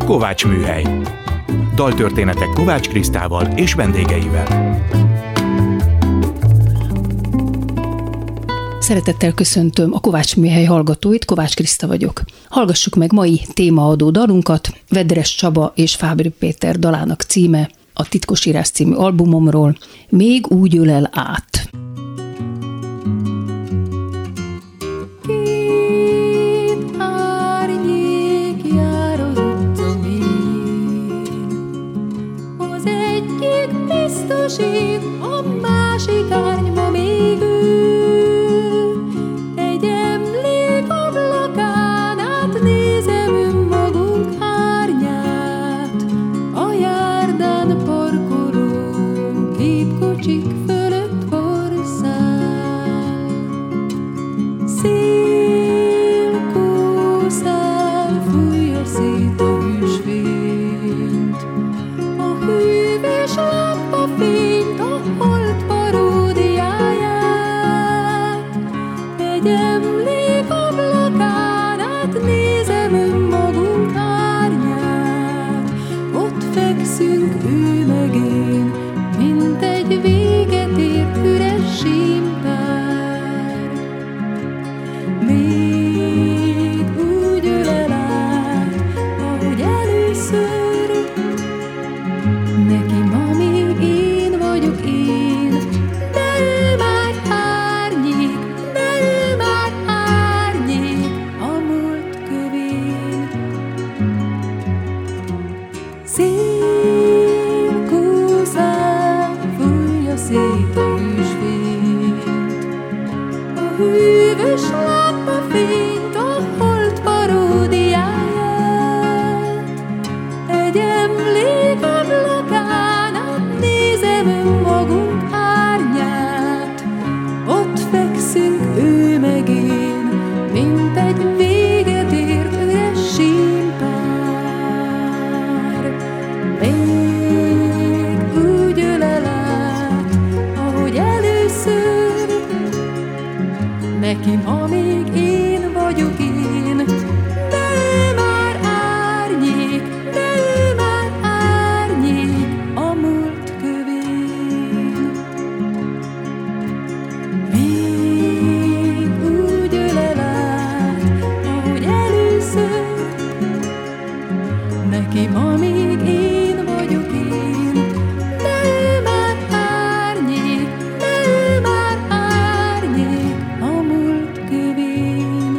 Kovács Műhely. Daltörténetek Kovács Krisztával és vendégeivel. Szeretettel köszöntöm a Kovács Műhely hallgatóit, Kovács Kriszta vagyok. Hallgassuk meg mai témaadó dalunkat, Vedres Csaba és Fábry Péter dalának címe, a Titkosírás című albumomról, Még úgy ölel át. Két árnyék jár az utcamén, az egyik biztosít, a másik árnyba még ül. Egy emlék ablakán át nézem önmagunk árnyát, a járdán parkoló gépkocsik fölött orszál. Szélkószál fújja szét a hűsvényt, a hűvös lámpafényt, a hold paródiáját. Egy emlék ablakán át nézem önmagunk árnyát, ott fekszünk ő meg én, mint egy véget ért üres símpár. Még úgy ölel át, ahogy először, neki ma még én vagyok én, de ő már árnyék, de ő már árnyék a múlt kövén. Szélkószál fújja szét a hűsvényt, a hűvös lámpafényt, a hold paródiáját. Egy emlék ablakán át nézem önmagunk árnyát, ott fekszünk ő meg én, mint egy véget ért üres símpár. Még úgy ölel át, ahogy először, neki ma még én vagyok én, de ő már árnyék, de ő már árnyék a múlt kövén. Még úgy ölel át, ahogy először, neki ma még én vagyok én, de ő már árnyék, de ő már árnyék a múlt kövén.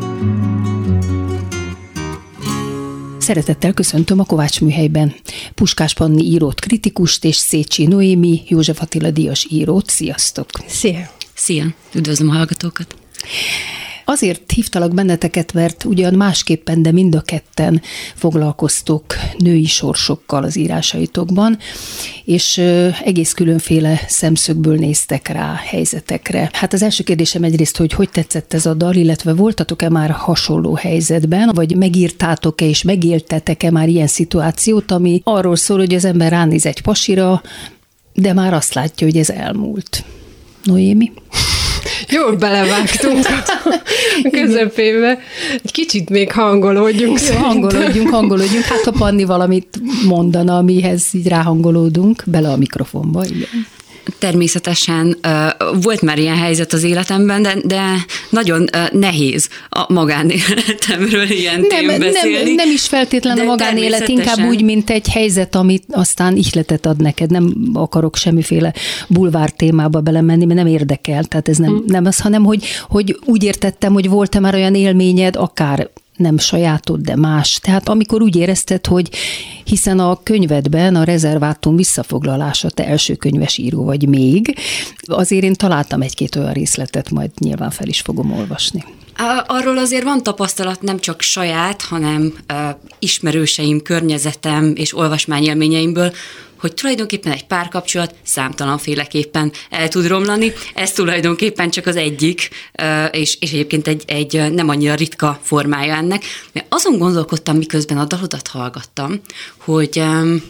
Szeretettel köszöntöm a Kovács Műhelyben Puskás Panni írót, kritikust és Szécsi Noémi József Attila díjas írót. Sziasztok! Szia! Szia! Üdvözlöm a hallgatókat! Azért hívtalak benneteket, mert ugyan másképpen, de mind a ketten foglalkoztok női sorsokkal az írásaitokban, és egész különféle szemszögből néztek rá helyzetekre. Hát az első kérdésem egyrészt, hogy tetszett ez a dal, illetve voltatok-e már hasonló helyzetben, vagy megírtátok-e és megéltetek-e már ilyen szituációt, ami arról szól, hogy az ember ránéz egy pasira, de már azt látja, hogy ez elmúlt. Noémi? Jól belevágtunk a közepébe. Egy kicsit még hangolódjunk. Jó, hangolódjunk. Hát ha Panni valamit mondana, amihez így ráhangolódunk, bele a mikrofonba. Igen. Természetesen volt már ilyen helyzet az életemben, de nagyon nehéz a magánéletemről ilyen témán beszélni. Nem is feltétlenül a magánélet, inkább úgy, mint egy helyzet, amit aztán ihletet ad neked. Nem akarok semmiféle bulvár témába belemenni, mert nem érdekel. Tehát ez nem az, hanem hogy úgy értettem, hogy volt-e már olyan élményed, akár nem sajátod, de más. Tehát amikor úgy érezted, hogy hiszen a könyvedben a rezervátum visszafoglalása, te első könyves író vagy még, azért én találtam egy-két olyan részletet, majd nyilván fel is fogom olvasni. Arról azért van tapasztalat, nem csak saját, hanem ismerőseim, környezetem és olvasmányélményeimből, hogy tulajdonképpen egy párkapcsolat számtalanféleképpen el tud romlani. Ez tulajdonképpen csak az egyik, és egyébként egy nem annyira ritka formája ennek. Mert azon gondolkodtam, miközben a dalodat hallgattam, hogy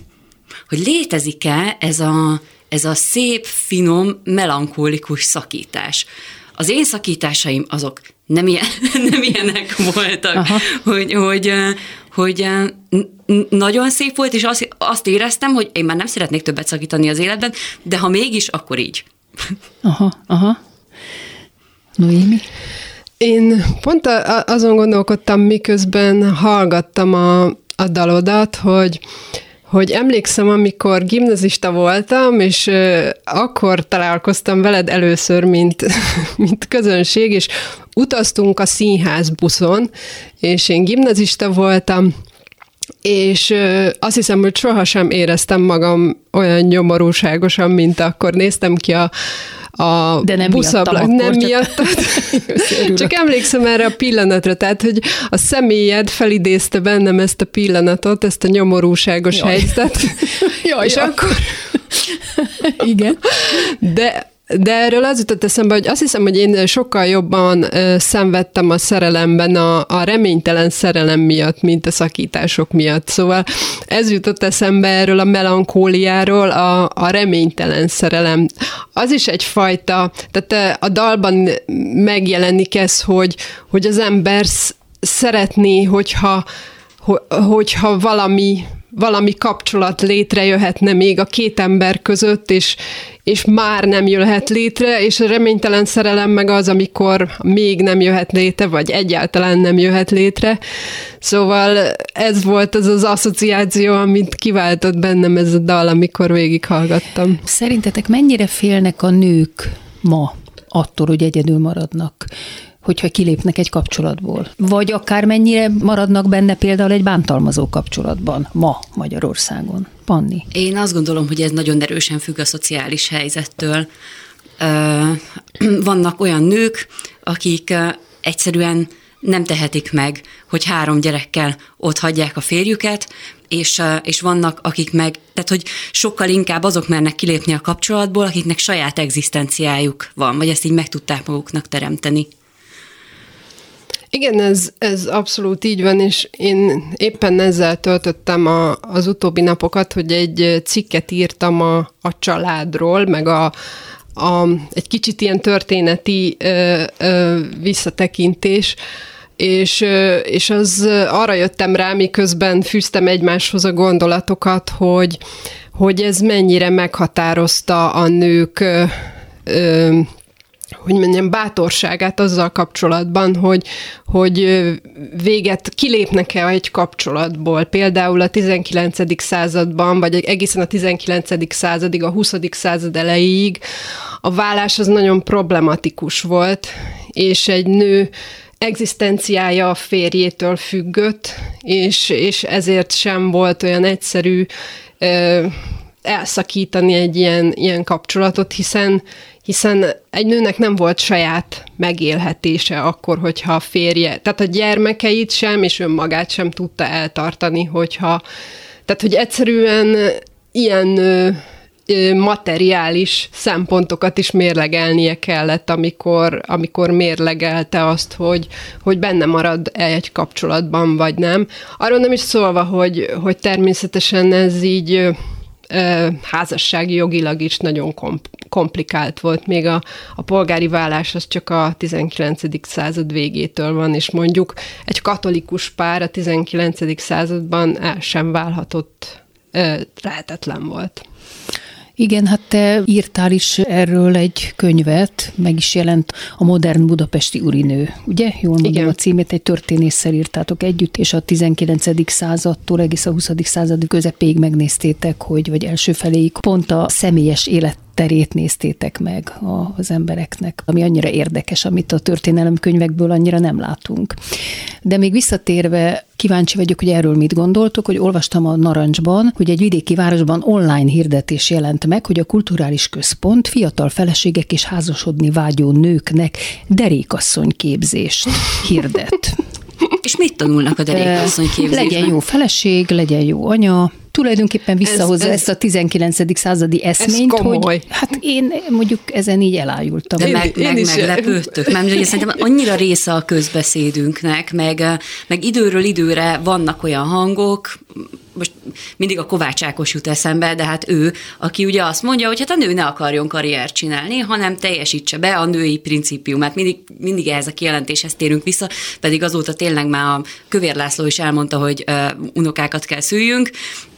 létezik-e ez a szép, finom, melankólikus szakítás. Az én szakításaim azok nem ilyenek voltak, hogy nagyon szép volt, és azt éreztem, hogy én már nem szeretnék többet szakítani az életben, de ha mégis, akkor így. Aha. Noémi? Én pont azon gondolkodtam, miközben hallgattam a dalodat, hogy emlékszem, amikor gimnazista voltam, és akkor találkoztam veled először, mint közönség, és utaztunk a színház buszon, és én gimnazista voltam, és azt hiszem, hogy sohasem éreztem magam olyan nyomorúságosan, mint akkor. Néztem ki a buszablak, nem miattad. Csak emlékszem erre a pillanatra, tehát, hogy a személyed felidézte bennem ezt a pillanatot, ezt a nyomorúságos helyzetet. És akkor... Igen. De erről az jutott eszembe, hogy azt hiszem, hogy én sokkal jobban szenvedtem a szerelemben, a reménytelen szerelem miatt, mint a szakítások miatt. Szóval ez jutott eszembe erről a melankóliáról, a reménytelen szerelem. Az is egyfajta, tehát a dalban megjelenik ez, hogy az ember szeretné, hogyha valami kapcsolat létrejöhetne még a két ember között, és már nem jöhet létre, és a reménytelen szerelem meg az, amikor még nem jöhet létre, vagy egyáltalán nem jöhet létre. Szóval ez volt az asszociáció, amit kiváltott bennem ez a dal, amikor végighallgattam. Szerintetek mennyire félnek a nők ma attól, hogy egyedül maradnak, hogyha kilépnek egy kapcsolatból? Vagy akár mennyire maradnak benne például egy bántalmazó kapcsolatban ma Magyarországon? Panni? Én azt gondolom, hogy ez nagyon erősen függ a szociális helyzettől. Vannak olyan nők, akik egyszerűen nem tehetik meg, hogy 3 gyerekkel ott hagyják a férjüket, és vannak, akik meg, tehát hogy sokkal inkább azok mernek kilépni a kapcsolatból, akiknek saját egzisztenciájuk van, vagy ezt így meg tudták maguknak teremteni. Igen, ez abszolút így van, és én éppen ezzel töltöttem az utóbbi napokat, hogy egy cikket írtam a családról, meg egy kicsit ilyen történeti visszatekintés, és az arra jöttem rá, miközben fűztem egymáshoz a gondolatokat, hogy ez mennyire meghatározta a nők hogy mondjam, bátorságát azzal kapcsolatban, hogy kilépnek-e egy kapcsolatból. Például a 19. században, vagy egészen a 19. századig, a 20. század elejéig a válás az nagyon problematikus volt, és egy nő egzisztenciája a férjétől függött, és ezért sem volt olyan egyszerű elszakítani egy ilyen kapcsolatot, hiszen egy nőnek nem volt saját megélhetése akkor, hogyha a férje, tehát a gyermekeit sem, és önmagát sem tudta eltartani, tehát hogy egyszerűen ilyen materiális szempontokat is mérlegelnie kellett, amikor mérlegelte azt, hogy benne marad egy kapcsolatban, vagy nem. Arról nem is szólva, hogy természetesen ez így házassági jogilag is nagyon komplikált volt. Még a polgári válás az csak a 19. század végétől van, és mondjuk egy katolikus pár a 19. században el sem válhatott, lehetetlen volt. Igen, hát te írtál is erről egy könyvet, meg is jelent a Modern Budapesti Urinő, ugye? Jól mondom, igen. A címét, egy történésszel írtátok együtt, és a 19. századtól egész a 20. század közepéig megnéztétek, vagy első feléig pont a személyes életterét néztétek meg az embereknek, ami annyira érdekes, amit a történelemkönyvekből annyira nem látunk. De még visszatérve, kíváncsi vagyok, hogy erről mit gondoltok, hogy olvastam a Narancsban, hogy egy vidéki városban online hirdetés jelent meg, hogy a kulturális központ fiatal feleségek és házasodni vágyó nőknek derékasszonyképzést hirdet. És mit tanulnak a derékasszonyképzésben? Legyen jó feleség, legyen jó anya, tulajdonképpen visszahozza ezt a 19. századi eszményt, hogy hát én mondjuk ezen így elájultam. De meglepődtök, mert szerintem annyira része a közbeszédünknek, meg időről időre vannak olyan hangok, most mindig a Kovács Ákos jut eszembe, de hát ő, aki ugye azt mondja, hogy hát a nő ne akarjon karriert csinálni, hanem teljesítse be a női principiumát. Mindig ehhez a kijelentéshez térünk vissza, pedig azóta tényleg már a Kövér László is elmondta, hogy unokákat kell szüljünk.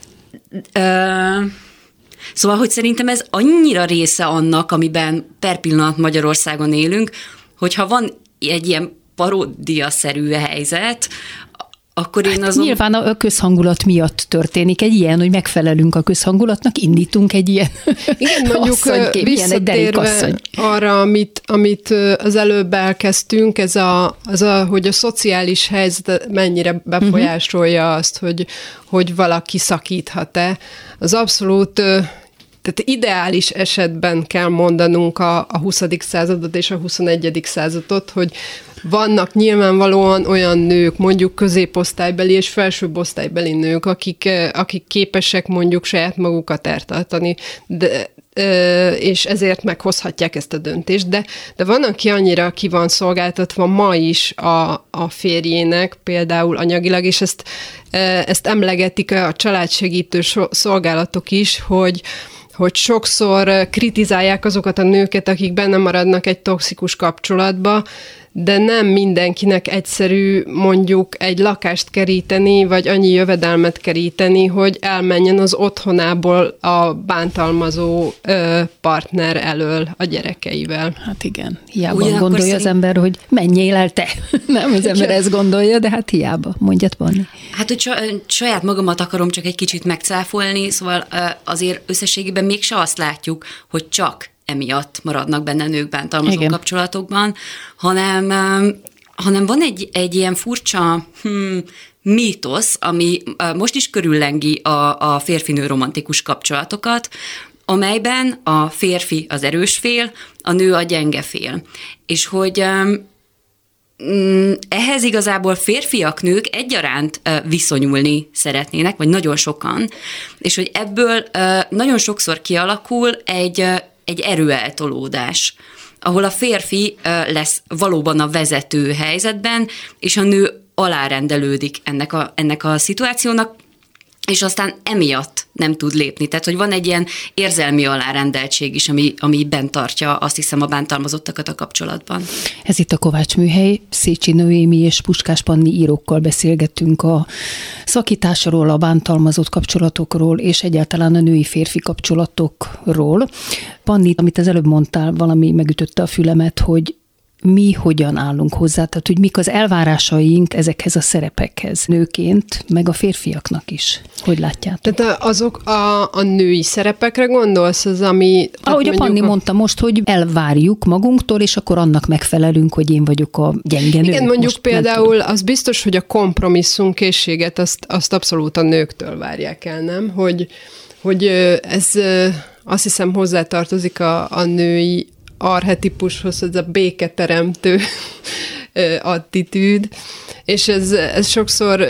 Szóval, hogy szerintem ez annyira része annak, amiben per pillanat Magyarországon élünk, hogyha van egy ilyen paródiaszerű helyzet, akkor én azon... Nyilván a közhangulat miatt történik egy ilyen, hogy megfelelünk a közhangulatnak, indítunk egy ilyen igen, mondjuk visszatérve arra, amit az előbb elkezdtünk, hogy a szociális helyzet mennyire befolyásolja azt, hogy valaki szakíthat-e. Az abszolút... Tehát ideális esetben kell mondanunk a 20. századot és a 21. századot, hogy vannak nyilvánvalóan olyan nők, mondjuk középosztálybeli és felsőbb osztálybeli nők, akik képesek mondjuk saját magukat eltartani, és ezért meghozhatják ezt a döntést, de van, aki annyira ki van szolgáltatva ma is a férjének, például anyagilag, és ezt emlegetik a családsegítő szolgálatok is, hogy sokszor kritizálják azokat a nőket, akik benne maradnak egy toxikus kapcsolatba, de nem mindenkinek egyszerű mondjuk egy lakást keríteni, vagy annyi jövedelmet keríteni, hogy elmenjen az otthonából a bántalmazó partner elől a gyerekeivel. Hát igen, hiába gondolja az ember, hogy menjél el te. Nem az ember ezt gondolja, de hát hiába, mondjad Panni. Hát, hogy saját magamat akarom csak egy kicsit megcáfolni, szóval azért összességében mégse azt látjuk, hogy csak emiatt maradnak benne nők bántalmazó kapcsolatokban, hanem van egy ilyen furcsa mítosz, ami most is körüllengi a férfi-nő romantikus kapcsolatokat, amelyben a férfi az erős fél, a nő a gyenge fél. És hogy ehhez igazából férfiak, nők egyaránt viszonyulni szeretnének, vagy nagyon sokan, és hogy ebből nagyon sokszor kialakul egy erőeltolódás, ahol a férfi lesz valóban a vezető helyzetben, és a nő alárendelődik ennek a szituációnak, és aztán emiatt nem tud lépni. Tehát, hogy van egy ilyen érzelmi alárendeltség is, ami bent tartja, azt hiszem, a bántalmazottakat a kapcsolatban. Ez itt a Kovács Műhely, Szécsi Noémi és Puskás Panni írókkal beszélgettünk a szakításról, a bántalmazott kapcsolatokról, és egyáltalán a női-férfi kapcsolatokról. Panni, amit az előbb mondtál, valami megütötte a fülemet, hogy mi hogyan állunk hozzá, tehát hogy mik az elvárásaink ezekhez a szerepekhez nőként, meg a férfiaknak is. Hogy látjátok? Tehát azok a női szerepekre gondolsz, az ami... Ahogy a Panni mondta most, hogy elvárjuk magunktól, és akkor annak megfelelünk, hogy én vagyok a gyenge nő. Igen, mondjuk most például az biztos, hogy a kompromisszumkészséget azt abszolút a nőktől várják el, nem? Hogy ez azt hiszem hozzátartozik a női archetipushoz, ez a béketeremtő attitűd, és ez sokszor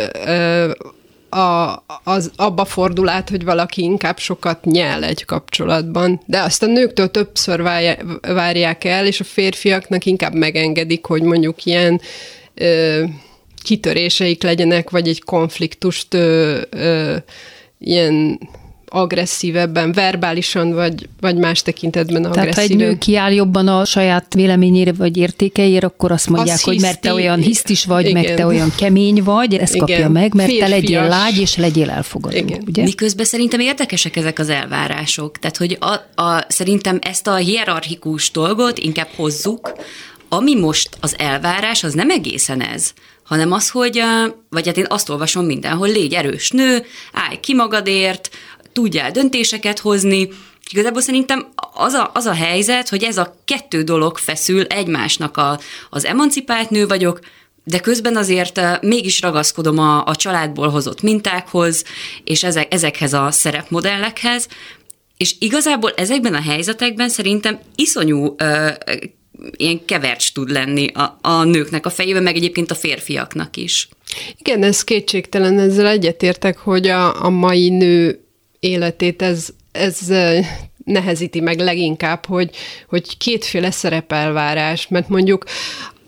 abba fordul át, hogy valaki inkább sokat nyel egy kapcsolatban, de azt a nőktől többször várják el, és a férfiaknak inkább megengedik, hogy mondjuk ilyen kitöréseik legyenek, vagy egy konfliktust ilyen agresszívebben, verbálisan, vagy más tekintetben agresszíven. Tehát ha egy nő kiáll jobban a saját véleményére, vagy értékeire, akkor azt mondják, hogy mert te olyan hisztis vagy, igen, meg te olyan kemény vagy, ezt igen, kapja meg, mert férfias. Te legyél lágy, és legyél elfogadó. Ugye? Miközben szerintem érdekesek ezek az elvárások. Tehát, hogy szerintem ezt a hierarchikus dolgot inkább hozzuk, ami most az elvárás, az nem egészen ez, hanem az, hogy, vagy hát én azt olvasom mindenhol, légy erős nő, állj ki magadért, tudjál döntéseket hozni. Igazából szerintem az a helyzet, hogy ez a kettő dolog feszül egymásnak, az emancipált nő vagyok, de közben azért mégis ragaszkodom a családból hozott mintákhoz, és ezekhez a szerepmodellekhez, és igazából ezekben a helyzetekben szerintem iszonyú ilyen kevercs tud lenni a nőknek a fejében, meg egyébként a férfiaknak is. Igen, ez kétségtelen, ezzel egyetértek, hogy a mai nő életét ez nehezíti meg leginkább, hogy kétféle szerepelvárás, mert mondjuk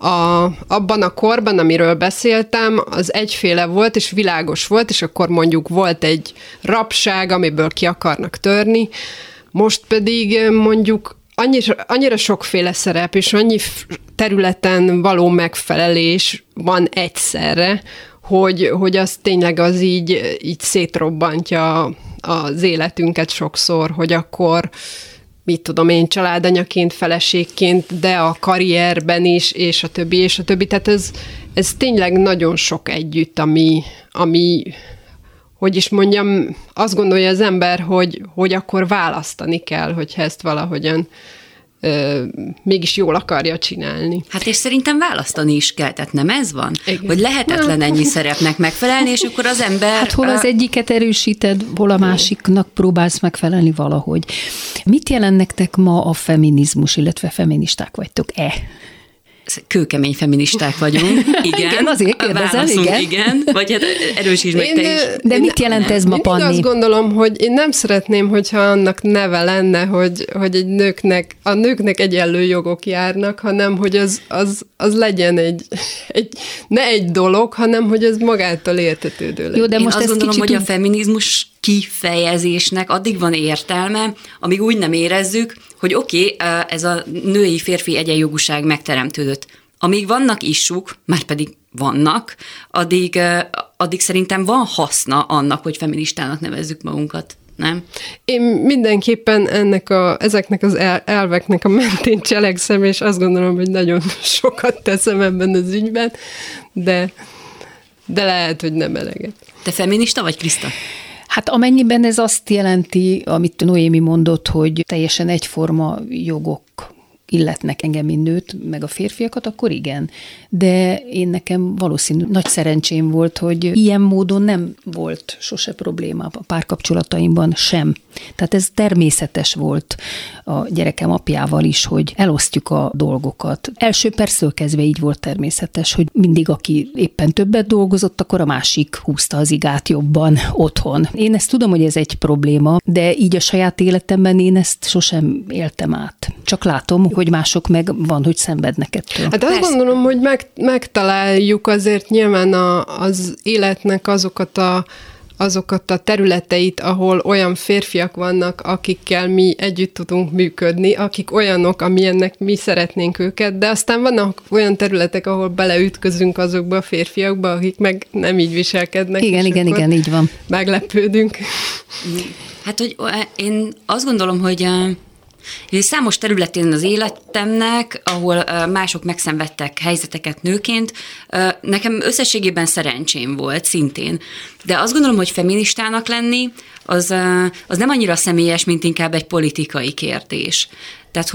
abban a korban, amiről beszéltem, az egyféle volt, és világos volt, és akkor mondjuk volt egy rabság, amiből ki akarnak törni, most pedig mondjuk annyira sokféle szerep, és annyi területen való megfelelés van egyszerre, hogy az tényleg az így szétrobbantja az életünket sokszor, hogy akkor mit tudom én, családanyaként, feleségként, de a karrierben is, és a többi, és a többi. Tehát ez tényleg nagyon sok együtt, ami hogy is mondjam, azt gondolja az ember, hogy akkor választani kell, hogyha ezt valahogyan mégis jól akarja csinálni. Hát és szerintem választani is kell, tehát nem ez van? Igen. Hogy lehetetlen ennyi szerepnek megfelelni, és akkor az ember... Hát hol az egyiket erősíted, hol a másiknak próbálsz megfelelni valahogy. Mit jelent nektek ma a feminizmus, illetve feministák vagytok-e? Kőkemény feministák vagyunk, igen. Igen, azért kérdezem, igen. Vagy hát erősítsd meg te is. De mit jelent ez ma, Panni? Én azt gondolom, hogy én nem szeretném, hogyha annak neve lenne, hogy a nőknek egyenlő jogok járnak, hanem hogy az legyen ne egy dolog, hanem hogy ez magától értetődő legyen. Jó, de én most azt gondolom, hogy a feminizmus kifejezésnek addig van értelme, amíg úgy nem érezzük, hogy oké, ez a női-férfi egyenjogúság megteremtődött. Amíg vannak issuk, már pedig vannak, addig szerintem van haszna annak, hogy feministának nevezzük magunkat, nem? Én mindenképpen ezeknek az elveknek a mentén cselekszem, és azt gondolom, hogy nagyon sokat teszem ebben az ügyben, de lehet, hogy nem eleget. Te feminista vagy, Kriszta? Hát amennyiben ez azt jelenti, amit Noémi mondott, hogy teljesen egyforma jogok illetnek engem, mint nőt, meg a férfiakat, akkor igen. De nekem valószínű nagy szerencsém volt, hogy ilyen módon nem volt sose probléma a párkapcsolataimban sem. Tehát ez természetes volt a gyerekem apjával is, hogy elosztjuk a dolgokat. Első perctől kezdve így volt természetes, hogy mindig, aki éppen többet dolgozott, akkor a másik húzta az igát jobban otthon. Én ezt tudom, hogy ez egy probléma, de így a saját életemben én ezt sosem éltem át. Csak látom, hogy mások meg van, hogy szenvednek ettől. Hát azt gondolom, hogy megtaláljuk azért nyilván az életnek azokat a területeit, ahol olyan férfiak vannak, akikkel mi együtt tudunk működni, akik olyanok, amilyennek mi szeretnénk őket, de aztán vannak olyan területek, ahol beleütközünk azokba a férfiakba, akik meg nem így viselkednek. Igen, így van. Meglepődünk. Hát, hogy én azt gondolom, hogy számos területén az életemnek, ahol mások megszenvedtek helyzeteket nőként, nekem összességében szerencsém volt szintén. De azt gondolom, hogy feministának lenni, az nem annyira személyes, mint inkább egy politikai kérdés. Tehát,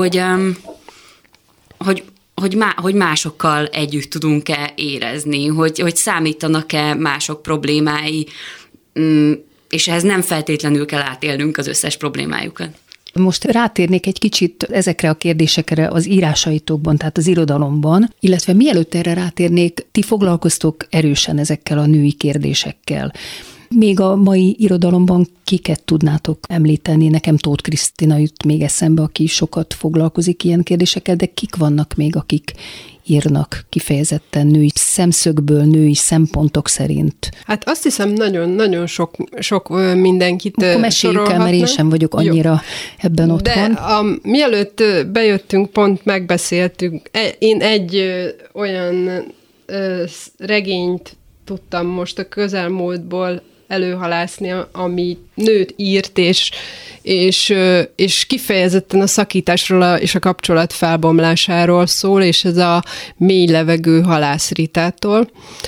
hogy másokkal együtt tudunk-e érezni, hogy számítanak-e mások problémái, és ehhez nem feltétlenül kell átélnünk az összes problémájukat. Most rátérnék egy kicsit ezekre a kérdésekre az írásaitokban, tehát az irodalomban, illetve mielőtt erre rátérnék, ti foglalkoztok erősen ezekkel a női kérdésekkel. Még a mai irodalomban kiket tudnátok említeni? Nekem Tóth Krisztina jut még eszembe, aki sokat foglalkozik ilyen kérdésekkel, de kik vannak még, akik írnak kifejezetten női szemszögből, női szempontok szerint? Hát azt hiszem, nagyon-nagyon sok mindenkit sorolhatnak. Meséljük el, mert én sem vagyok annyira ebben otthon. De mielőtt bejöttünk, pont megbeszéltünk. Én egy olyan regényt tudtam most a közelmúltból előhalászni, ami nőt írt, és kifejezetten a szakításról és a kapcsolat felbomlásáról szól, és ez a Mély levegő Halász Ritától.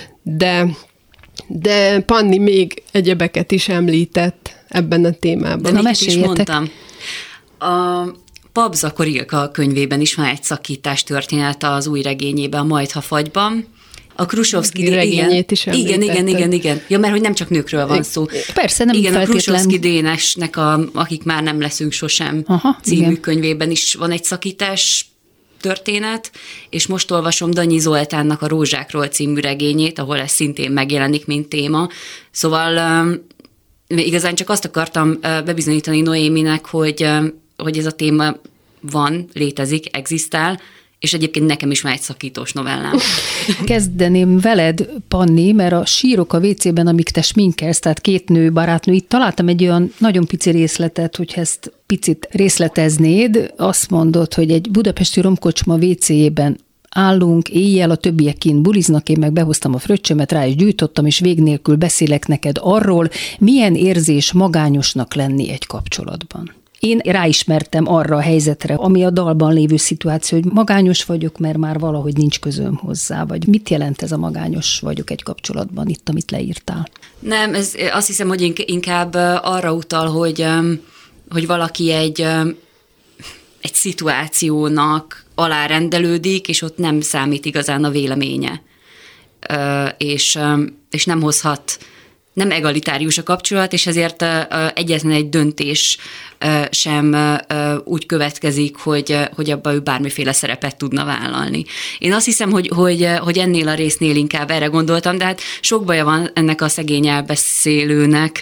De Panni még egyebeket is említett ebben a témában. De mit is mondtam. A Pabza Korilka könyvében is van egy szakítás történet az új regényében, a Majdha fagyban. A Krusovszki regényét is említetted. Igen. Ja, mert hogy nem csak nőkről van szó. Persze, nem igen, feltétlen. A Krusovszki Dénesnek, akik már nem leszünk sosem című könyvében is van egy szakítás történet, és most olvasom Danyi Zoltánnak a Rózsákról című regényét, ahol ez szintén megjelenik, mint téma. Szóval igazán csak azt akartam bebizonyítani Noéminek, hogy ez a téma van, létezik, egzisztál, és egyébként nekem is már egy szakítós novellám. Kezdeném veled, Panni, mert a Sírok a WC-ben, amíg te sminkelsz, tehát két nő, barátnő, itt találtam egy olyan nagyon pici részletet, hogy ezt picit részleteznéd. Azt mondod, hogy egy budapesti romkocsma WC-jében állunk, éjjel, a többiek kint buliznak, én meg behoztam a fröccsömet, rá is gyújtottam, és vég nélkül beszélek neked arról, milyen érzés magányosnak lenni egy kapcsolatban. Én ráismertem arra a helyzetre, ami a dalban lévő szituáció, hogy magányos vagyok, mert már valahogy nincs közöm hozzá, vagy mit jelent ez a magányos vagyok egy kapcsolatban, itt, amit leírtál? Nem, ez azt hiszem, hogy inkább arra utal, hogy valaki egy szituációnak alárendelődik, és ott nem számít igazán a véleménye. És nem hozhat, nem egalitárius a kapcsolat, és ezért egyetlen egy döntés sem úgy következik, hogy abban ő bármiféle szerepet tudna vállalni. Én azt hiszem, hogy ennél a résznél inkább erre gondoltam, de hát sok baja van ennek a szegény elbeszélőnek,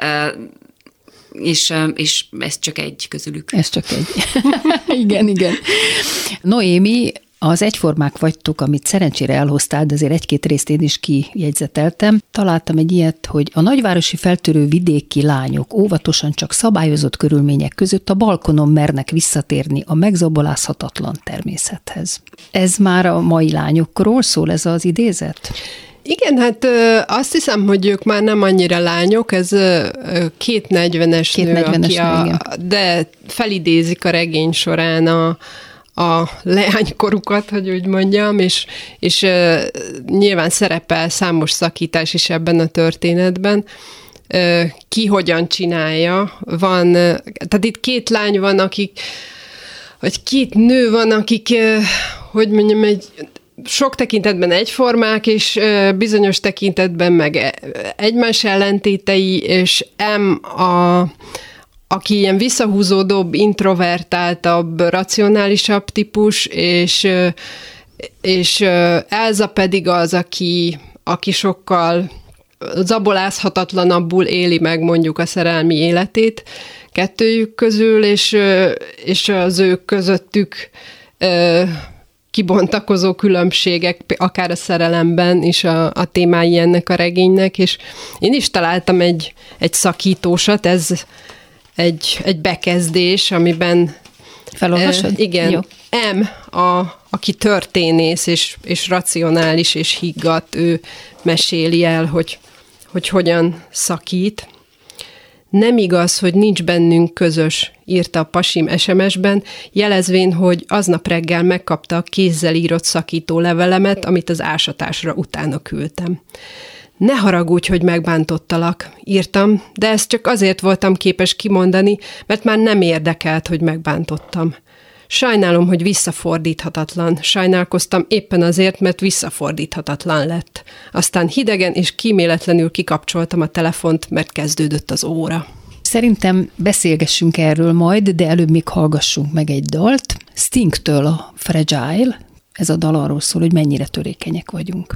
és ez csak egy közülük. Ez csak egy. Igen. Noémi, az Egyformák vagytok, amit szerencsére elhoztál, de azért egy-két részt én is kijegyzeteltem. Találtam egy ilyet, hogy a nagyvárosi feltörő vidéki lányok óvatosan csak szabályozott körülmények között a balkonon mernek visszatérni a megzabolázhatatlan természethez. Ez már a mai lányokról szól, ez az idézet? Igen, hát azt hiszem, hogy ők már nem annyira lányok, ez két 40-es nő, de felidézik a regény során a leánykorukat, hogy úgy mondjam, és nyilván szerepel számos szakítás is ebben a történetben. Ki hogyan csinálja. Tehát itt két lány van, vagy két nő van, akik, hogy mondjam, sok tekintetben egyformák, és bizonyos tekintetben meg egymás ellentétei, és aki ilyen visszahúzódóbb, introvertáltabb, racionálisabb típus, és Elza pedig az, aki sokkal zabolázhatatlanabbul éli meg mondjuk a szerelmi életét kettőjük közül, és az ők közöttük kibontakozó különbségek, akár a szerelemben is a témái ennek a regénynek, és én is találtam egy szakítósat, ez egy bekezdés, amiben felolvasod? Igen. Jó. Aki történész, és racionális, és higgadt, ő meséli el, hogy hogyan szakít. Nem igaz, hogy nincs bennünk közös, írta a pasim SMS-ben, jelezvén, hogy aznap reggel megkapta a kézzel írott szakító levelemet, amit az ásatásra utána küldtem. Ne haragudj, hogy megbántottalak, írtam, de ezt csak azért voltam képes kimondani, mert már nem érdekelt, hogy megbántottam. Sajnálom, hogy visszafordíthatatlan. Sajnálkoztam éppen azért, mert visszafordíthatatlan lett. Aztán hidegen és kíméletlenül kikapcsoltam a telefont, mert kezdődött az óra. Szerintem beszélgessünk erről majd, de előbb még hallgassunk meg egy dalt. Stingtől a Fragile. Ez a dal arról szól, hogy mennyire törékenyek vagyunk.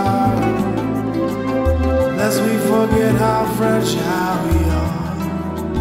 Lest we forget how fragile we are.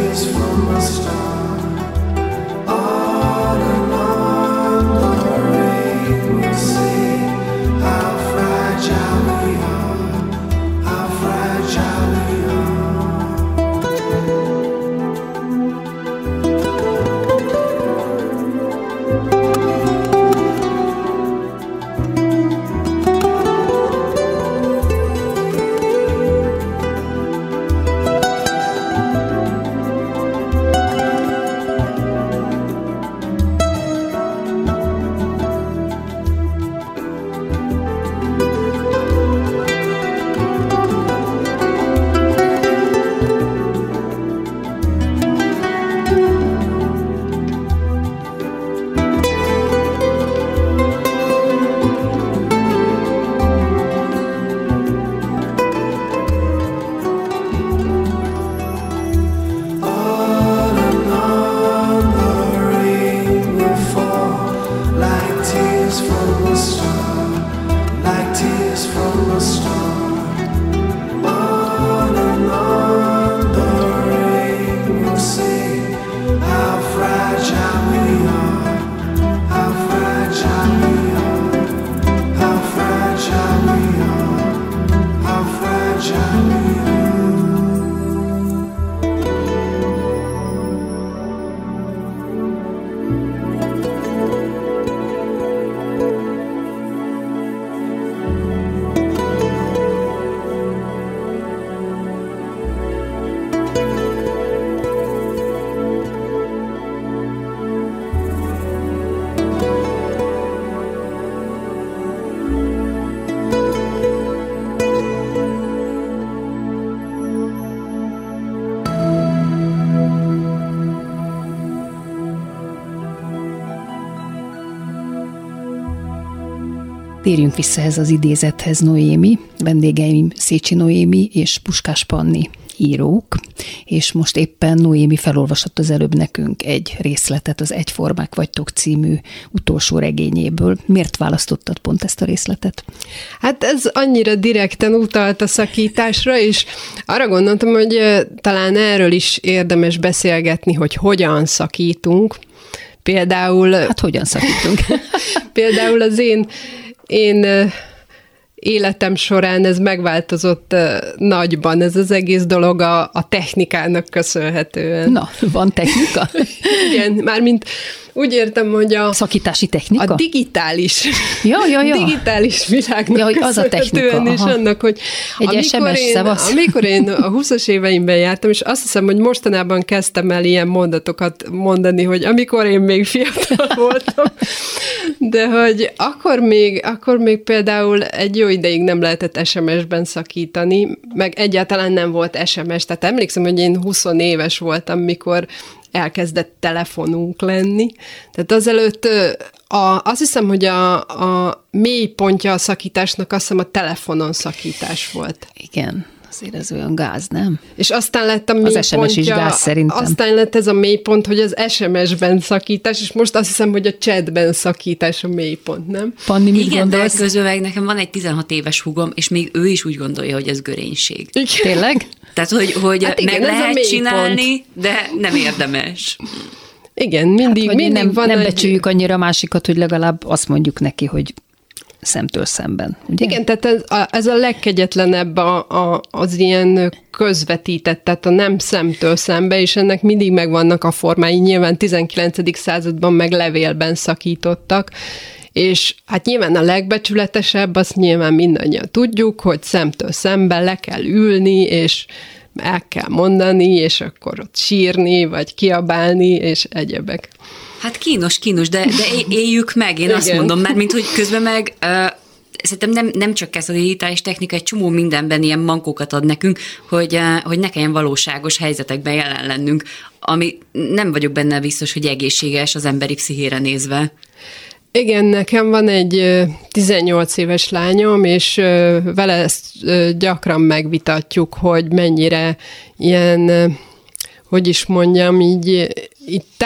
Térjünk vissza ehhez az idézethez, Noémi. Vendégeim Szécsi Noémi és Puskás Panni írók, és most éppen Noémi felolvasott az előbb nekünk egy részletet az Egyformák vagytok című utolsó regényéből. Miért választottad pont ezt a részletet? Hát ez annyira direkten utalt a szakításra, és arra gondoltam, hogy talán erről is érdemes beszélgetni, hogy hogyan szakítunk. Például... Hát hogyan szakítunk? Például az én életem során ez megváltozott nagyban, ez az egész dolog a technikának köszönhetően. Na, van technika? Igen, mármint úgy értem, hogy a szakítási technika? A digitális. Ja. Digitális világnak hogy az a technika. És annak, hogy amikor én a 20-as éveimben jártam, és azt hiszem, hogy mostanában kezdtem el ilyen mondatokat mondani, hogy amikor én még fiatal voltam, de hogy akkor még például egy jó ideig nem lehetett SMS-ben szakítani, meg egyáltalán nem volt SMS, tehát emlékszem, hogy én 20 éves voltam, mikor elkezdett telefonunk lenni. Tehát azelőtt azt hiszem, hogy a mély pontja a szakításnak azt hiszem a telefonon szakítás volt. Igen, azért ez olyan gáz, nem? És aztán lett a mély az SMS pontja, is gáz szerintem. Aztán lett ez a mélypont, hogy az SMS-ben szakítás, és most azt hiszem, hogy a chatben szakítás a mélypont, nem? Panni, mit igen, gondolsz? de közöveg nekem van egy 16 éves húgom, és még ő is úgy gondolja, hogy ez görénység. Igen. Tényleg? Tehát, hogy hát igen, meg lehet csinálni, pont. de nem érdemes. Igen, mindig nem, van nem becsüljük annyira a másikat, hogy legalább azt mondjuk neki, hogy szemtől szemben. Ugye? Igen, tehát ez a legkegyetlenebb az ilyen közvetített, tehát a nem szemtől szembe, és ennek mindig megvannak a formái. Nyilván 19. században meg levélben szakítottak, és hát nyilván a legbecsületesebb, azt nyilván mindannyian tudjuk, hogy szemtől szembe le kell ülni, és el kell mondani, és akkor ott sírni, vagy kiabálni, és egyebek. Hát kínos, de éljük meg, én igen. Azt mondom, mert mint hogy közben meg szerintem nem csak ez a digitális technika, egy csomó mindenben ilyen mankókat ad nekünk, hogy ne kelljen valóságos helyzetekben jelen lennünk, ami nem vagyok benne biztos, hogy egészséges az emberi pszichére nézve. Igen, nekem van egy 18 éves lányom, és vele ezt gyakran megvitatjuk, hogy mennyire ilyen, hogy is mondjam, így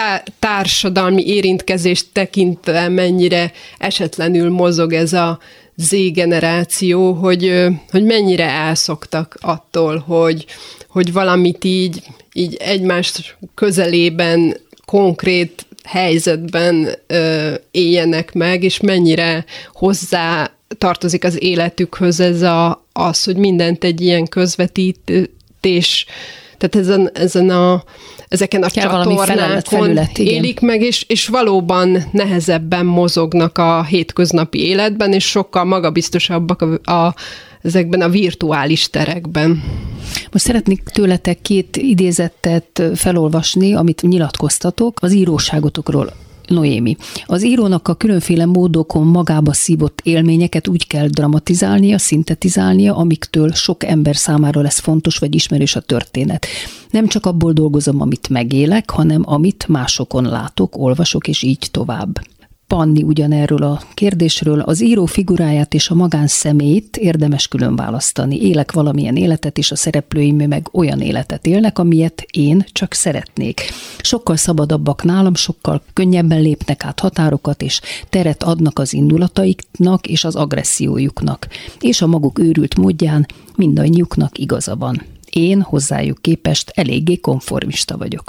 társadalmi érintkezést tekintve mennyire esetlenül mozog ez a Z-generáció, hogy mennyire elszoktak attól, hogy valamit így egymás közelében, konkrét helyzetben éljenek meg, és mennyire hozzá tartozik az életükhöz az, hogy mindent egy ilyen közvetítés, tehát ezeken a csatornákon élik meg, és valóban nehezebben mozognak a hétköznapi életben, és sokkal magabiztosabbak ezekben a virtuális terekben. Most szeretnék tőletek 2 idézetet felolvasni, amit nyilatkoztatok az íróságotokról. Noémi. Az írónak a különféle módokon magába szívott élményeket úgy kell dramatizálnia, szintetizálnia, amiktől sok ember számára lesz fontos vagy ismerős a történet. Nem csak abból dolgozom, amit megélek, hanem amit másokon látok, olvasok, és így tovább. Panni ugyanerről a kérdésről: az író figuráját és a magánszemélyt érdemes külön választani. Élek valamilyen életet, és a szereplőim meg olyan életet élnek, amilyet én csak szeretnék. Sokkal szabadabbak nálam, sokkal könnyebben lépnek át határokat, és teret adnak az indulataiknak és az agressziójuknak. És a maguk őrült módján mindannyiuknak igaza van. Én hozzájuk képest eléggé konformista vagyok.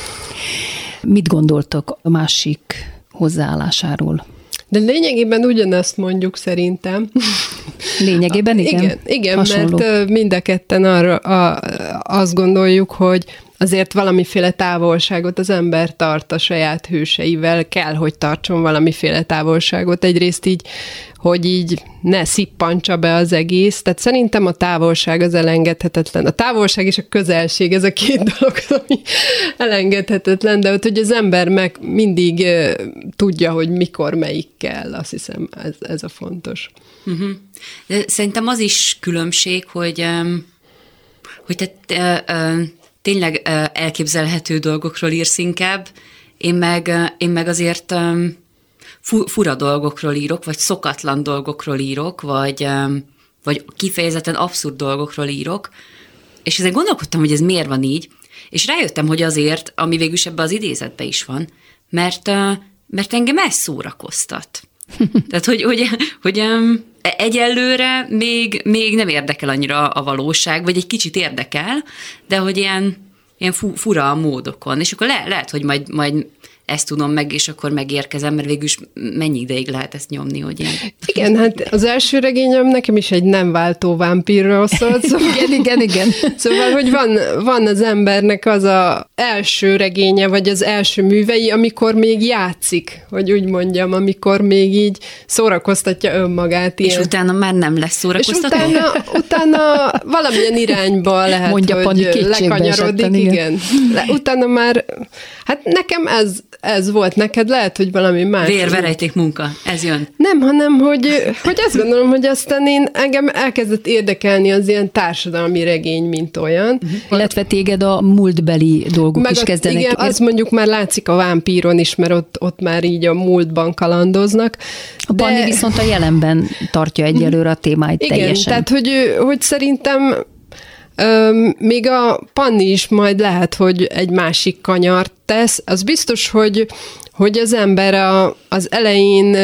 Mit gondoltok a másik hozzáállásáról? De lényegében ugyanezt mondjuk szerintem. Lényegében igen? Igen, mert mind a ketten azt gondoljuk, hogy azért valamiféle távolságot az ember tart a saját hőseivel, kell, hogy tartson valamiféle távolságot. Egyrészt így, hogy így ne szippantsa be az egész. Tehát szerintem a távolság az elengedhetetlen. A távolság és a közelség, ez a 2 dolog, ami elengedhetetlen, de ott, hogy az ember meg mindig tudja, hogy mikor melyik kell, azt hiszem, ez a fontos. Uh-huh. De szerintem az is különbség, hogy te tényleg elképzelhető dolgokról írsz inkább, én meg azért fura dolgokról írok, vagy szokatlan dolgokról írok, vagy kifejezetten abszurd dolgokról írok, és ezen gondolkodtam, hogy ez miért van így, és rájöttem, hogy azért, ami végülis ebben az idézetben is van, mert engem ez szórakoztat. Tehát, hogy egyelőre még nem érdekel annyira a valóság, vagy egy kicsit érdekel, de hogy ilyen fura módokon. És akkor lehet, hogy majd ezt tudom meg, és akkor megérkezem, mert végülis mennyi ideig lehet ezt nyomni, hogy én... Igen, hát az első regényem nekem is egy nem váltó vámpírról szólt. Szóval, igen. Szóval, hogy van az embernek az az első regénye, vagy az első művei, amikor még játszik, hogy úgy mondjam, amikor még így szórakoztatja önmagát. És utána már nem lesz szórakoztató? És utána valamilyen irányba lehet, mondja, hogy lekanyarodik. Igen. Utána már, hát nekem ez volt, neked lehet, hogy valami más. Vérverejték munka, ez jön. Nem, hanem, hogy azt gondolom, hogy aztán engem elkezdett érdekelni az ilyen társadalmi regény, mint olyan. Illetve téged a múltbeli dolgok meg is kezdenek. Igen, az mondjuk már látszik a vámpíron is, mert ott már így a múltban kalandoznak. A Panni viszont a jelenben tartja egyelőre a témáit teljesen. Igen, tehát hogy szerintem még a Panni is majd lehet, hogy egy másik kanyart tesz. Az biztos, hogy az ember az elején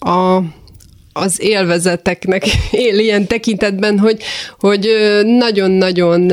az élvezeteknek él ilyen tekintetben, hogy nagyon-nagyon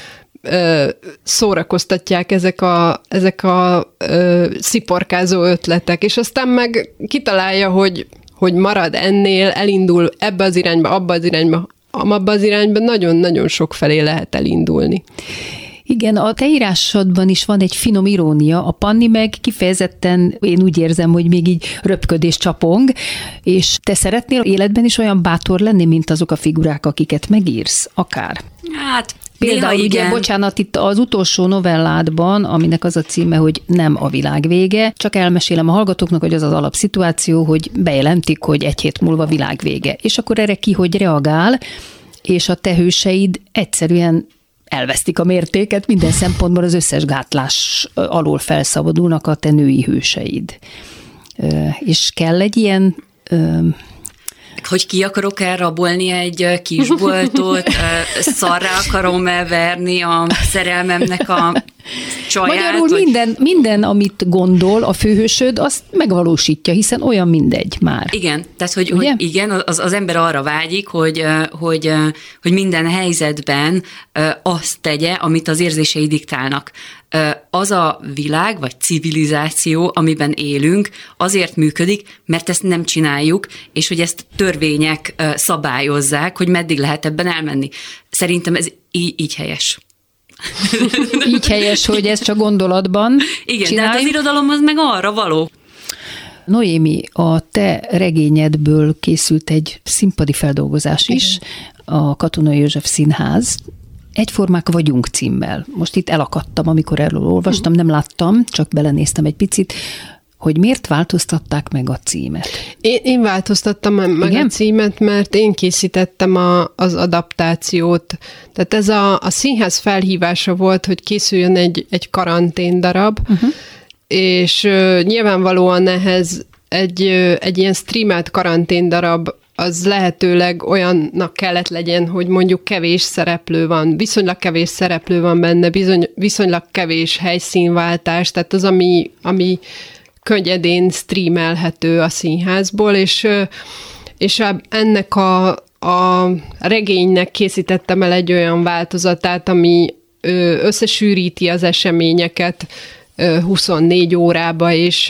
szórakoztatják ezek a sziporkázó ötletek, és aztán meg kitalálja, hogy marad ennél, elindul ebbe az irányba, abba az irányba nagyon-nagyon sok felé lehet elindulni. Igen, a te írásodban is van egy finom irónia, a Panni meg kifejezetten, én úgy érzem, hogy még így röpköd és csapong, és te szeretnél életben is olyan bátor lenni, mint azok a figurák, akiket megírsz, akár? Hát, például ugye, bocsánat, itt az utolsó novelládban, aminek az a címe, hogy Nem a világ vége, csak elmesélem a hallgatóknak, hogy az az alapszituáció, hogy bejelentik, hogy 1 hét múlva világ vége. És akkor erre ki, hogy reagál, és a te hőseid egyszerűen elvesztik a mértéket, minden szempontból az összes gátlás alól felszabadulnak a te női hőseid. És kell egy ilyen... Hogy ki akarok elrabolni egy kisboltot, szarrá akarom elverni a szerelmemnek a csaját. Magyarul minden, amit gondol a főhősöd, azt megvalósítja, hiszen olyan mindegy már. Igen, tehát hogy igen, az ember arra vágyik, hogy minden helyzetben azt tegye, amit az érzései diktálnak. Az a világ, vagy civilizáció, amiben élünk, azért működik, mert ezt nem csináljuk, és hogy ezt törvények szabályozzák, hogy meddig lehet ebben elmenni. Szerintem ez így helyes. Így helyes, hogy ez csak gondolatban igen, csináljuk. de hát az irodalom az meg arra való. Noémi, a te regényedből készült egy színpadi feldolgozás is, a Katonai József Színház, Egyformák vagyunk címmel. Most itt elakadtam, amikor erről olvastam, nem láttam, csak belenéztem egy picit, hogy miért változtatták meg a címet? Én változtattam meg Igen? a címet, mert én készítettem az adaptációt. Tehát ez a színház felhívása volt, hogy készüljön egy karanténdarab, és nyilvánvalóan ehhez egy ilyen streamelt karanténdarab az lehetőleg olyannak kellett legyen, hogy mondjuk kevés szereplő van, viszonylag kevés szereplő van benne, viszonylag kevés helyszínváltás, tehát az, ami könnyedén streamelhető a színházból, és ennek a regénynek készítettem el egy olyan változatát, ami összesűríti az eseményeket 24 órába,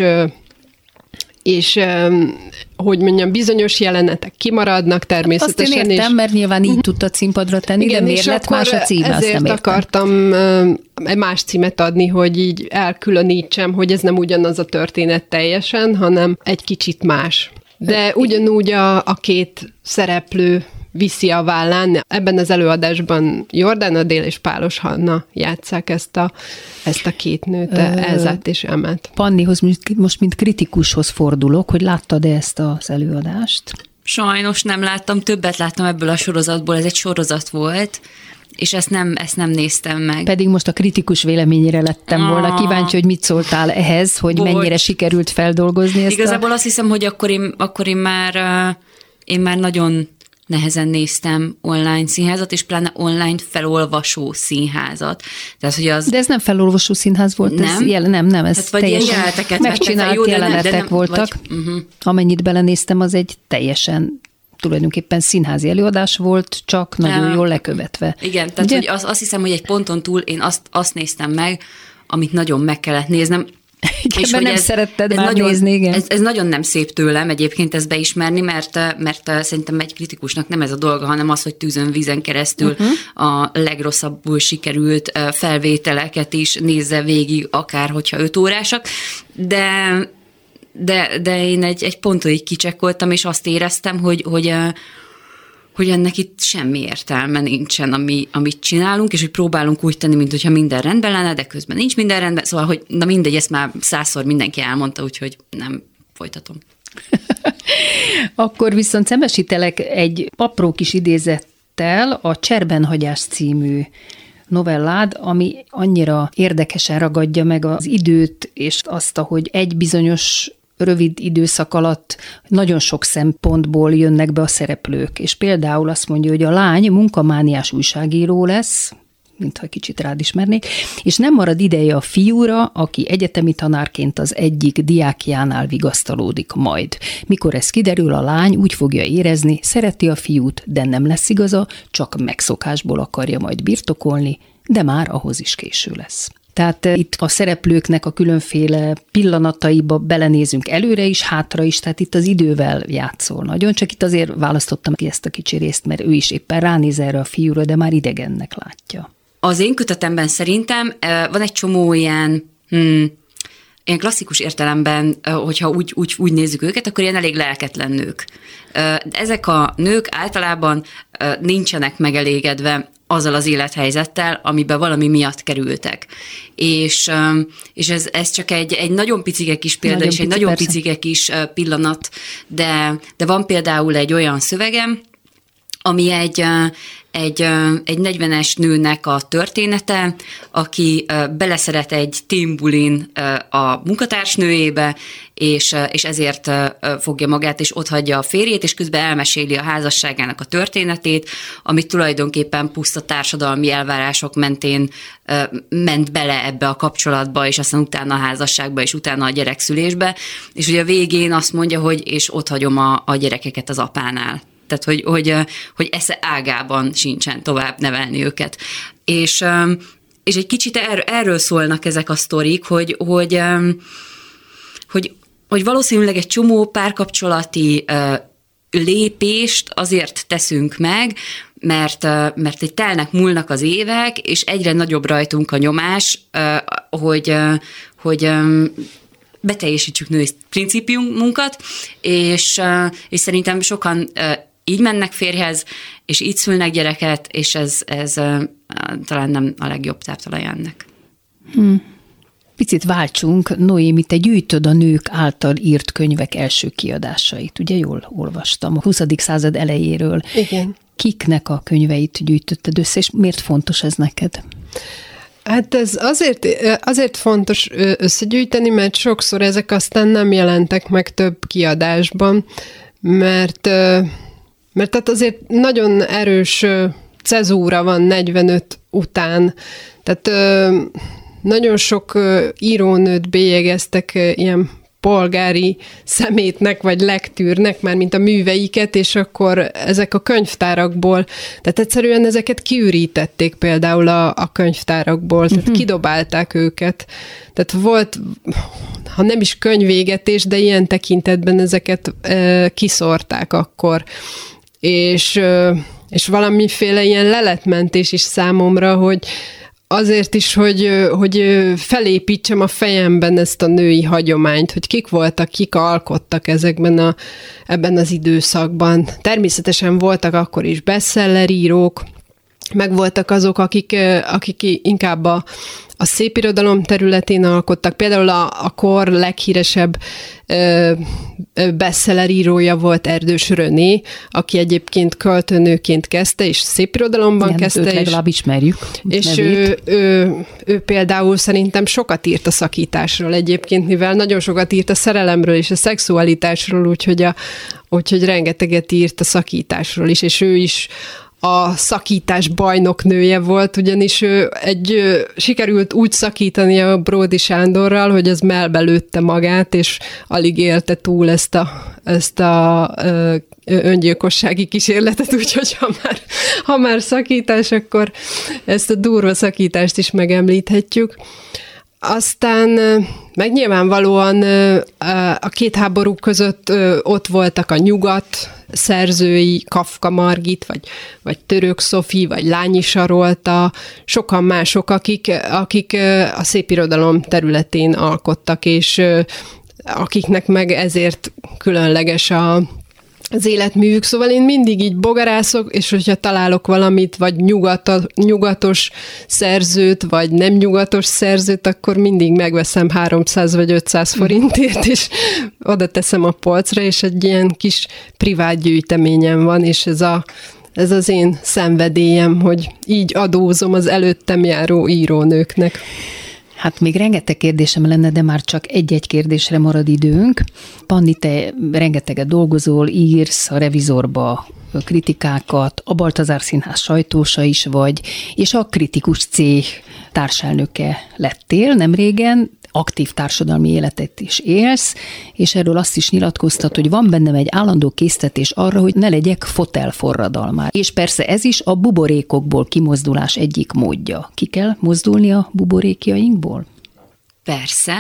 és hogy mondjam, bizonyos jelenetek kimaradnak természetesen. Azt én értem, mert nyilván így tudtad színpadra tenni, igen, de miért lett más a címe, azt nem értem. Ezért akartam egy más címet adni, hogy így elkülönítsem, hogy ez nem ugyanaz a történet teljesen, hanem egy kicsit más. De ugyanúgy a két szereplő viszi a vállán. Ebben az előadásban Jordán Adél és Pálos Hanna játsszák ezt a két nőt, Elzát és Emet. Pannihoz most mint kritikushoz fordulok, hogy láttad-e ezt az előadást? Sajnos nem láttam, többet láttam ebből a sorozatból, ez egy sorozat volt, és ezt nem néztem meg. Pedig most a kritikus véleményére lettem volna kíváncsi, hogy mit szóltál ehhez, hogy mennyire sikerült feldolgozni ezt. Igazából azt hiszem, hogy akkor én már nagyon nehezen néztem online színházat, és pláne online felolvasó színházat. Tehát, hogy az... De ez nem felolvasó színház volt? Nem? Nem, ez hát teljesen megcsinált jelenetek voltak. Amennyit belenéztem, az egy teljesen tulajdonképpen színházi előadás volt, csak nagyon jól lekövetve. Igen, tehát hogy azt hiszem, hogy egy ponton túl én azt néztem meg, amit nagyon meg kellett néznem. És nem szeretted már nézni, igen. Ez nagyon nem szép tőlem egyébként ezt beismerni, mert szerintem egy kritikusnak nem ez a dolga, hanem az, hogy tűzön vízen keresztül a legrosszabbul sikerült felvételeket is nézze végig, akár hogyha 5 órásak, de én egy ponton így kicsekkoltam, és azt éreztem, hogy ennek itt semmi értelme nincsen, amit csinálunk, és hogy próbálunk úgy tenni, mintha minden rendben lenne, de közben nincs minden rendben. Szóval, hogy na mindegy, ezt már 100-szor mindenki elmondta, úgyhogy nem folytatom. Akkor viszont szembesítelek egy apró kis idézettel, a Cserbenhagyás című novellád, ami annyira érdekesen ragadja meg az időt, és azt, hogy egy bizonyos rövid időszak alatt nagyon sok szempontból jönnek be a szereplők. És például azt mondja, hogy a lány munkamániás újságíró lesz, mintha kicsit rád ismernék, és nem marad ideje a fiúra, aki egyetemi tanárként az egyik diákjánál vigasztalódik majd. Mikor ez kiderül, a lány úgy fogja érezni, szereti a fiút, de nem lesz igaza, csak megszokásból akarja majd birtokolni, de már ahhoz is késő lesz. Tehát itt a szereplőknek a különféle pillanataiba belenézünk előre is, hátra is, tehát itt az idővel játszol nagyon, csak itt azért választottam ki ezt a kicsi részt, mert ő is éppen ránéz erre a fiúra, de már idegennek látja. Az én kötetemben szerintem van egy csomó ilyen klasszikus értelemben, hogyha úgy nézzük őket, akkor ilyen elég lelketlen nők. Ezek a nők általában nincsenek megelégedve azzal az élethelyzettel, amiben valami miatt kerültek. És ez csak egy nagyon picike kis példa, nagyon és egy nagyon picike kis pillanat, de van például egy olyan szövegem, ami egy 40-es nőnek a története, aki beleszeret egy teen bulin a munkatársnőjébe, és ezért fogja magát, és otthagyja a férjét, és közben elmeséli a házasságának a történetét, amit tulajdonképpen puszta társadalmi elvárások mentén ment bele ebbe a kapcsolatba, és aztán utána a házasságba, és utána a gyerekszülésbe, és ugye a végén azt mondja, hogy és otthagyom a gyerekeket az apánál. Tehát, hogy esze ágában sincsen tovább nevelni őket. És egy kicsit erről szólnak ezek a sztorik, hogy valószínűleg egy csomó párkapcsolati lépést azért teszünk meg, mert egy telnek múlnak az évek, és egyre nagyobb rajtunk a nyomás, hogy beteljesítsük női principiumunkat, és szerintem sokan így mennek férjhez, és így szülnek gyereket, és ez talán nem a legjobb táptalaja ennek. Picit váltsunk, Noémi, te gyűjtöd a nők által írt könyvek első kiadásait. Ugye jól olvastam, a 20. század elejéről. Igen. Kiknek a könyveit gyűjtötted össze, és miért fontos ez neked? Hát ez azért fontos összegyűjteni, mert sokszor ezek aztán nem jelentek meg több kiadásban, mert tehát azért nagyon erős cezúra van 45 után, tehát nagyon sok írónőt bélyegeztek ilyen polgári szemétnek, vagy lektűrnek, már mint a műveiket, és akkor ezek a könyvtárakból, tehát egyszerűen ezeket kiürítették például a könyvtárakból, tehát kidobálták őket. Tehát volt, ha nem is könyvégetés, de ilyen tekintetben ezeket kiszórták akkor. És valamiféle ilyen leletmentés is számomra, hogy azért is, hogy felépítsem a fejemben ezt a női hagyományt, hogy kik voltak, kik alkottak ebben az időszakban. Természetesen voltak akkor is bestsellerírók, meg voltak azok, akik inkább a szépirodalom területén alkottak. Például a kor leghíresebb bestsellerírója volt Erdős René, aki egyébként költőnőként kezdte, és szépirodalomban kezdte. Őt legalább ismerjük. És ő például szerintem sokat írt a szakításról egyébként, mivel nagyon sokat írt a szerelemről és a szexualitásról, úgyhogy rengeteget írt a szakításról is, és ő is a szakítás bajnoknője volt, ugyanis ő sikerült úgy szakítani a Bródy Sándorral, hogy az mellbelőtte magát, és alig élte túl ezt a öngyilkossági kísérletet, úgyhogy ha már szakítás, akkor ezt a durva szakítást is megemlíthetjük. Aztán meg nyilvánvalóan a két háború között ott voltak a nyugat szerzői, Kafka Margit, vagy Török Szofi, vagy Lányi Sarolta, sokan mások, akik a szépirodalom területén alkottak, és akiknek meg ezért különleges az életművük. Szóval én mindig így bogarászok, és hogyha találok valamit, vagy nyugatos szerzőt, vagy nem nyugatos szerzőt, akkor mindig megveszem 300 vagy 500 forintért, és oda teszem a polcra, és egy ilyen kis privát gyűjteményem van, és ez az én szenvedélyem, hogy így adózom az előttem járó írónőknek. Hát még rengeteg kérdésem lenne, de már csak egy-egy kérdésre marad időnk. Panni, te rengeteget dolgozol, írsz a Revizorba kritikákat, a Baltazár Színház sajtósa is vagy, és a Kritikus Cég társelnöke lettél nemrégen, aktív társadalmi életet is élsz, és erről azt is nyilatkoztat, hogy van bennem egy állandó késztetés arra, hogy ne legyek fotelforradalmár. És persze ez is a buborékokból kimozdulás egyik módja. Ki kell mozdulni a buborékjainkból? Persze.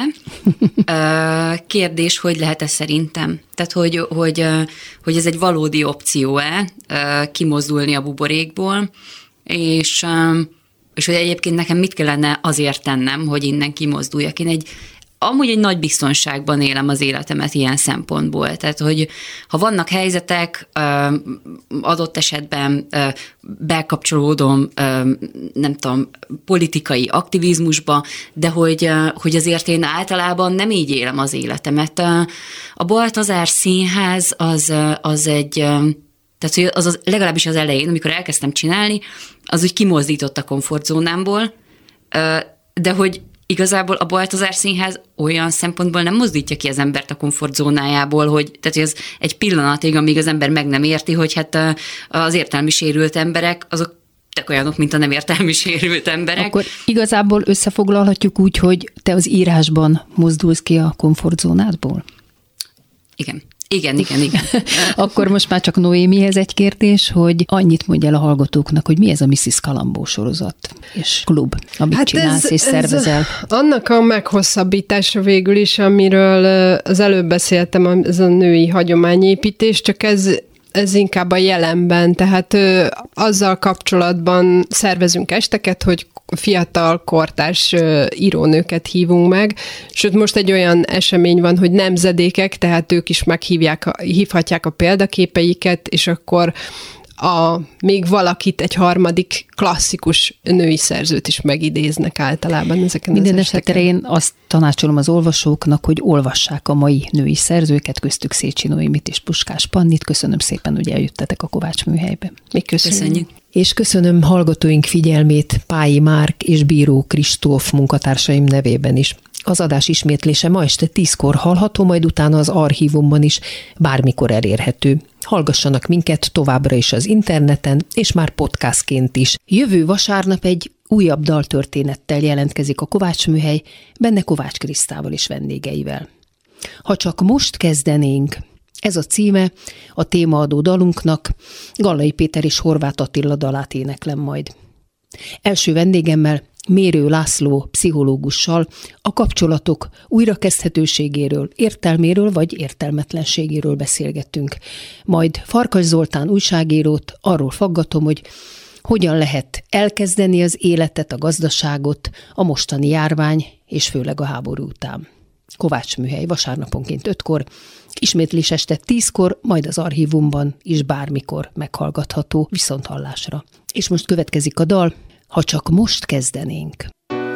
Kérdés, hogy lehet-e szerintem? Tehát, hogy ez egy valódi opció-e kimozdulni a buborékból, és hogy egyébként nekem mit kellene azért tennem, hogy innen kimozduljak. Én amúgy egy nagy biztonságban élem az életemet ilyen szempontból. Tehát, hogy ha vannak helyzetek, adott esetben bekapcsolódom, nem tudom, politikai aktivizmusba, de hogy azért én általában nem így élem az életemet. A Baltazár Színház az egy... Tehát, hogy az legalábbis az elején, amikor elkezdtem csinálni, az úgy kimozdított a komfortzónámból, de hogy igazából a Baltazár Színház olyan szempontból nem mozdítja ki az embert a komfortzónájából, tehát hogy ez egy pillanatig, amíg az ember meg nem érti, hogy hát az értelmi sérült emberek, azok tök olyanok, mint a nem értelmi sérült emberek. Akkor igazából összefoglalhatjuk úgy, hogy te az írásban mozdulsz ki a komfortzónádból? Igen. Akkor most már csak Noémihez egy kérdés, hogy annyit mondj el a hallgatóknak, hogy mi ez a Mrs. Columbo sorozat és klub, amit csinálsz és szervezel. Annak a meghosszabbítása végül is, amiről az előbb beszéltem, ez a női hagyományépítés, csak ez inkább a jelenben, tehát azzal kapcsolatban szervezünk esteket, hogy fiatal, kortárs írónőket hívunk meg, sőt most egy olyan esemény van, hogy nemzedékek, tehát ők is hívhatják a példaképeiket, és akkor még valakit, egy harmadik klasszikus női szerzőt is megidéznek általában ezeken minden az esteken. Minden esetre én azt tanácsolom az olvasóknak, hogy olvassák a mai női szerzőket, köztük Szécsi Noémit és Puskás Pannit. Köszönöm szépen, hogy eljöttetek a Kovács Műhelybe. Mi köszönjük. És köszönöm hallgatóink figyelmét Pályi Márk és Bíró Kristóf munkatársaim nevében is. Az adás ismétlése ma este 10-kor hallható, majd utána az archívumban is bármikor elérhető. Hallgassanak minket továbbra is az interneten, és már podcastként is. Jövő vasárnap egy újabb daltörténettel jelentkezik a Kovács Műhely, benne Kovács Krisztával és vendégeivel. Ha csak most kezdenénk, ez a címe a témaadó dalunknak, Gallai Péter és Horváth Attila dalát éneklem majd. Első vendégemmel, Mérő László pszichológussal a kapcsolatok újrakezdhetőségéről, értelméről vagy értelmetlenségéről beszélgettünk. Majd Farkas Zoltán újságírót arról faggatom, hogy hogyan lehet elkezdeni az életet, a gazdaságot, a mostani járvány és főleg a háború után. Kovács Műhely vasárnaponként 5-kor, ismétlés este 10-kor, majd az archívumban is bármikor meghallgatható viszonthallásra. És most következik a dal, Ha csak most kezdenénk.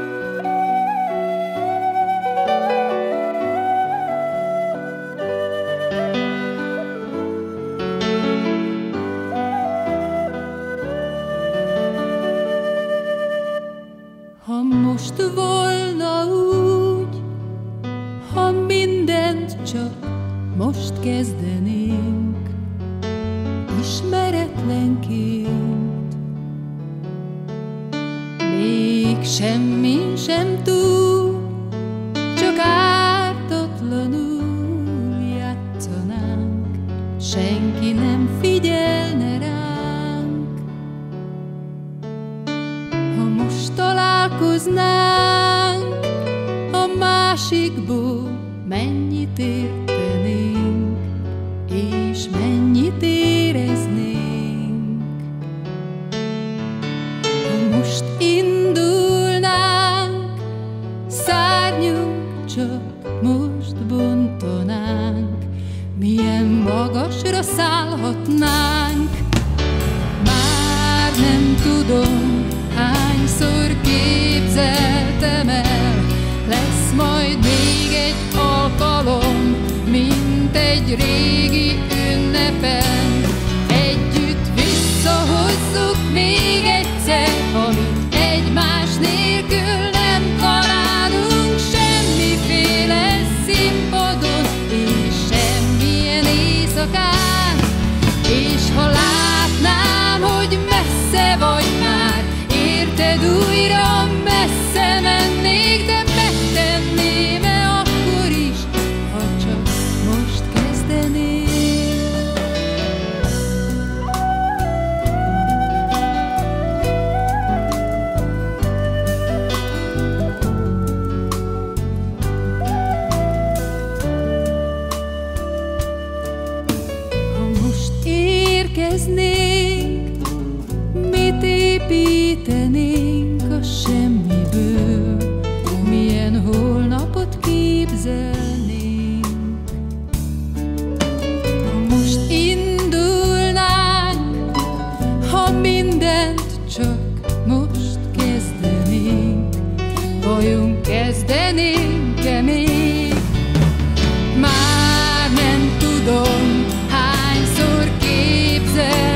Ha most volna úgy, ha mindent csak most kezdenénk, ismeretlenként, még semmin sem túl, csak ártatlanul játszanánk, senki nem figyelne ránk. Ha most találkoznánk, a másikból mennyit értenénk, és mennyit éreznénk. Ha most indulnánk, szárnyunk csak most bontanánk, milyen magasra szállhatnánk. Már nem tudom, hányszor képzeltem el, lesz majd még egy alkalom, mint egy régi ünnepen. Együtt visszahozzuk még egyszer, amit egymás nélkül nem találunk semmiféle színpadon, és semmilyen éjszakán. És ha látnám, hogy messze vagy már, érted, újra messze mennék, de megtenném-e akkor is, ha csak most kezdenék? Ha most érkeznénk, mit építenénk a semmiből, milyen holnapot képzelnénk. Ha most indulnánk, ha mindent csak most kezdenénk, vajon kezdenénk-e még? Már nem tudom, hányszor képzelnénk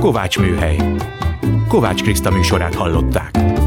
Kovács Műhely. Kovács Kriszta műsorát hallották.